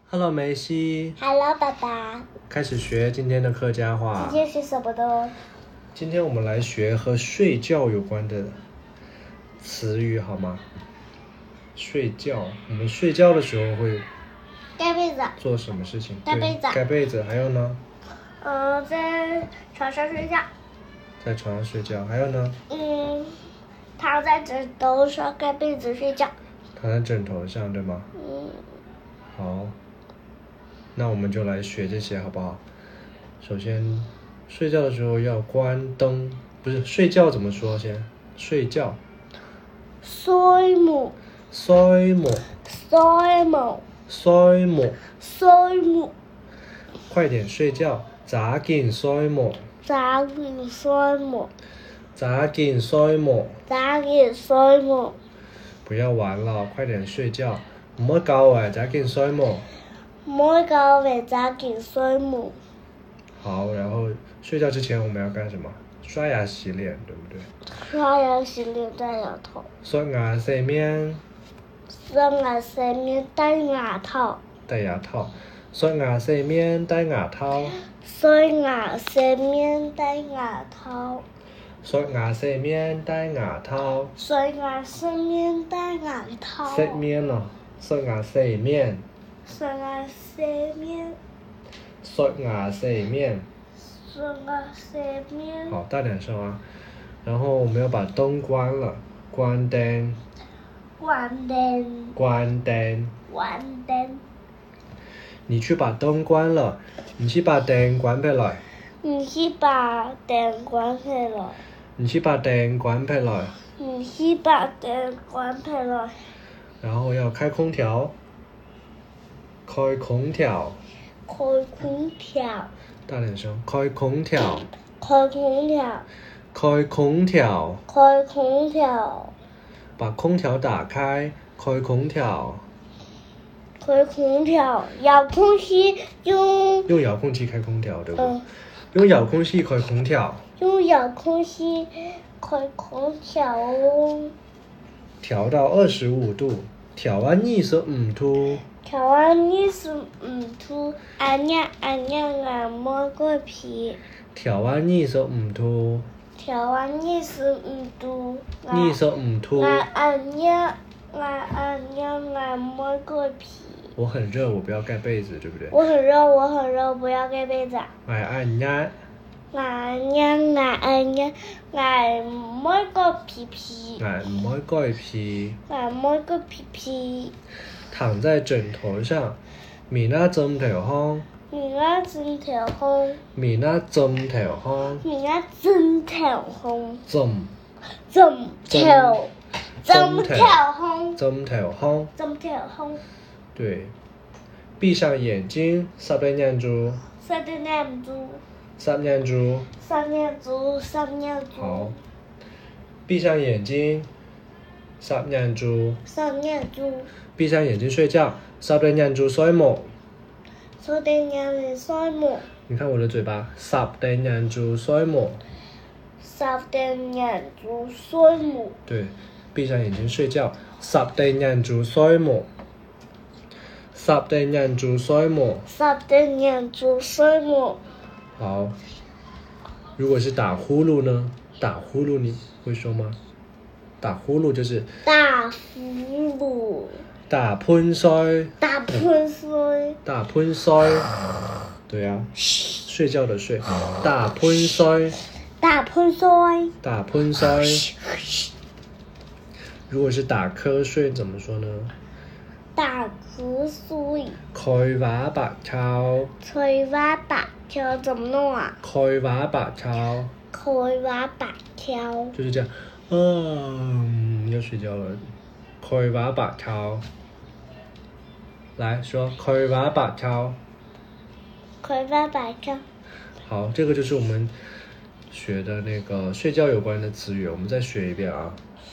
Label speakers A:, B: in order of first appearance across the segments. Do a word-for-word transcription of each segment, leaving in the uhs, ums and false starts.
A: Hello， 梅西。
B: Hello， 爸爸。
A: 开始学今天的客家话。
B: 今天是什么的？
A: 今天我们来学和睡觉有关的词语，好吗？睡觉，我们睡觉的时候会
B: 盖被子。
A: 做什么事情？
B: 盖被子。
A: 盖被子，还有呢？
B: 呃，在床上睡觉。
A: 在床上睡觉，还有呢？
B: 嗯，躺在枕头上盖被子睡觉。
A: 躺在枕头上，对吗？
B: 嗯。
A: 好，那我们就来学这些，好不好？首先，睡觉的时候要关灯，不是睡觉怎么说？先睡觉。
B: 睡梦。
A: 睡梦。
B: 睡梦。
A: 睡夢，
B: 睡夢，
A: 快點睡覺，早件睡夢，
B: 早件睡夢，
A: 早件睡夢，
B: 早件睡夢，
A: 不要玩了，快點睡覺，唔好搞啊，早件睡夢，
B: 唔好搞啊，早件睡夢。
A: 好，然後睡覺之前我們要幹什麼？刷牙洗臉，對不對？
B: 刷牙洗臉戴牙套。
A: 刷牙洗面。
B: 刷牙洗面戴牙套。
A: 戴牙套。刷牙洗面戴牙套。
B: 刷牙洗面戴牙套。
A: 刷牙洗面戴牙套。
B: 刷牙洗面戴牙套。
A: 洗面咯，刷牙洗面。
B: 刷牙洗面。
A: 刷牙洗面。
B: 刷牙洗面。
A: 好，大点声啊！然后我们要把灯关了，关灯。
B: 关灯。
A: 关灯。
B: 关灯。
A: 你去把灯关了，你去把灯关起来。
B: 你去把灯关起来。
A: 你去把灯关起来。
B: 你去把灯关起来。
A: 然后要开空调。开空调。
B: 开空调。
A: 大点声，开空调。
B: 开空调。
A: 开空调。
B: 开空调。
A: 把空调打开，开空调。
B: 开空调，遥控器用。
A: 用遥控器开空调，对不？
B: 嗯。
A: 用遥控器开空调。
B: 用遥控器开空调。
A: 调到二十五度，调到二十五度。
B: 調到二十五度，按呀按呀按摩個皮。
A: 調到二十五度。
B: 調到二十五度。
A: 二十五度。
B: 按按呀按按呀按摩個皮。
A: 我很熱，我不要蓋被子，對不對？
B: 我很熱，我很熱，不要蓋被子。
A: 按按呀。
B: 按呀按按呀按摩個皮皮。
A: 按摩個皮。
B: 按摩個皮皮。
A: 躺在枕頭上，棉啦枕頭空。
B: 棉啦枕頭空。
A: 棉啦枕頭空。
B: 棉啦枕頭空。
A: 枕。
B: 枕頭。枕頭空。
A: 枕頭空。
B: 枕頭空。
A: 對，閉上眼睛，十點眼珠。
B: 十點眼珠。
A: 十眼珠。
B: 十眼珠，十眼珠。
A: 好，閉上眼睛，十眼珠。
B: 十眼珠。
A: 閉上眼睛睡覺，十點眼珠睡夢。
B: 十點眼珠睡夢。
A: 你看我的嘴巴，十點眼珠睡夢。
B: 十點眼珠睡夢。
A: 對，閉上眼睛睡覺，十點眼珠睡夢。十點眼珠睡夢。
B: 十點眼珠睡夢。
A: 好，如果是打呼嚕呢？打呼嚕你會說嗎？打呼嚕就是
B: 打呼嚕。
A: 打噴水。
B: 打噴水。
A: 打噴水。對啊，睡覺的睡。打噴水。
B: 打噴水。
A: 打噴水。如果是打瞌睡怎麼說呢？
B: 打瞌睡。
A: 開話白抄。
B: 開話白抄怎麼弄啊？
A: 開話白抄。
B: 開話白抄。
A: 就是這樣。嗯，要睡覺了。開話白抄。來說開話白抄。
B: 開話白抄。
A: 好，這個就是我們學的那個睡覺有關的詞語，我們再學一遍啊。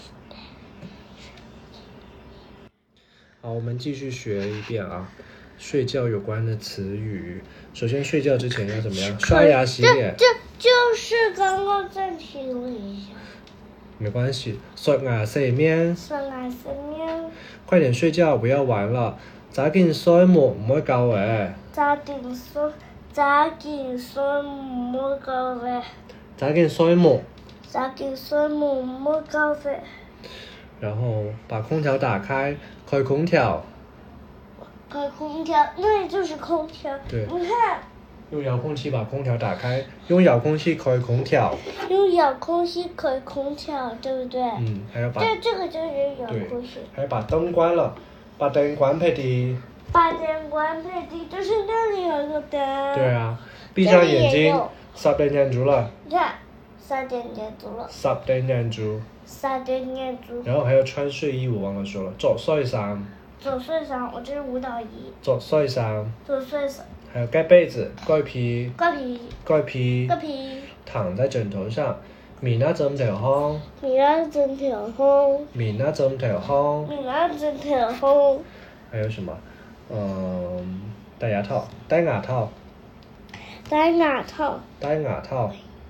A: 好，我們繼續學一遍啊，睡覺有關的詞語。首先睡覺之前要怎麼樣？刷牙洗臉。
B: 這就是剛剛暫停了一下。
A: 沒關係，刷牙洗面。
B: 刷牙洗面。
A: 快點睡覺，不要玩了。 揸件衰木唔可以教嘅。
B: 揸件衰，揸件衰唔好教嘅。
A: 揸件衰木。
B: 揸件衰木唔好教嘅。
A: 然后把空调打开，开空调。
B: 开空调，那里就是空调。
A: 对。
B: 你看。
A: 用遥控器把空调打开，用遥控器开空调。
B: 用遥控器开空调，对不对？
A: 嗯，还要把
B: 这这个就是遥控器。
A: 还要把灯关了，把灯关配的。
B: 把灯关配的，就是那里有个灯。
A: 对啊，闭上眼睛，十点眼珠了。
B: 你看，十点眼珠了。
A: 十点眼珠。
B: 十点眼珠。
A: 然后还要穿睡衣，我忘了说了，着睡衫。
B: 着睡衫，我这是舞蹈衣。
A: 着睡衫。
B: 着睡衫。
A: 还有盖被子，盖被。
B: 盖被。
A: 盖被。
B: 盖被。
A: 躺在枕頭上，面喺枕頭康。
B: 面喺枕頭康。
A: 面喺枕頭康。
B: 面喺枕頭康。
A: 還有什麼？嗯，戴牙套，戴牙套。
B: 戴牙套。
A: 戴牙套。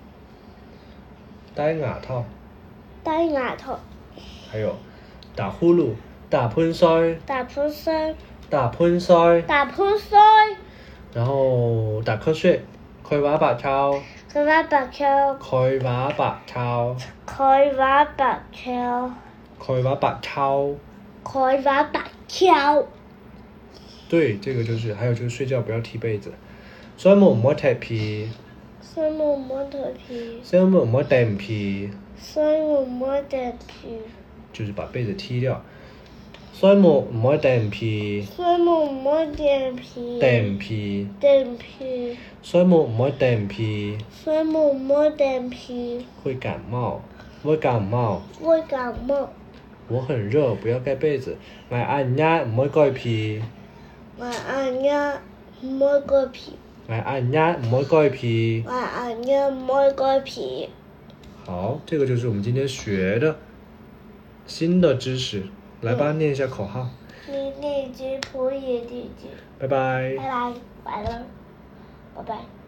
A: 戴牙套。
B: 戴牙套。
A: 還有打呼嚕，打噴水。
B: 打噴水。
A: 打噴水。
B: 打噴水。
A: 然後打瞌睡，開話白抄。
B: 開話白抄。
A: 開話白抄。
B: 開話白抄。
A: 開話白抄。
B: 開話白抄。
A: 對，這個就是，還有就是睡覺不要踢被子。睡夢唔好踢被。
B: 睡夢唔好踢被。
A: 睡夢唔好墊被。
B: 睡夢唔好墊被。
A: 就是把被子踢掉。睡夢唔可以墊被。
B: 睡夢唔可以墊被。
A: 墊被。
B: 墊被。
A: 睡夢唔可以墊被。
B: 睡夢唔可以墊被。
A: 會感冒，會感冒。
B: 會感冒。
A: 我很熱，不要蓋被子。我按壓唔可以蓋被。
B: 我按壓唔可以蓋被。
A: 我按壓唔可以蓋被。
B: 我按壓唔可以蓋被。
A: 好，這個就是我們今天學的新的知識。來吧，念一下口號。
B: 你那隻破野地雞。
A: 拜拜。
B: 拜拜，快樂，拜拜。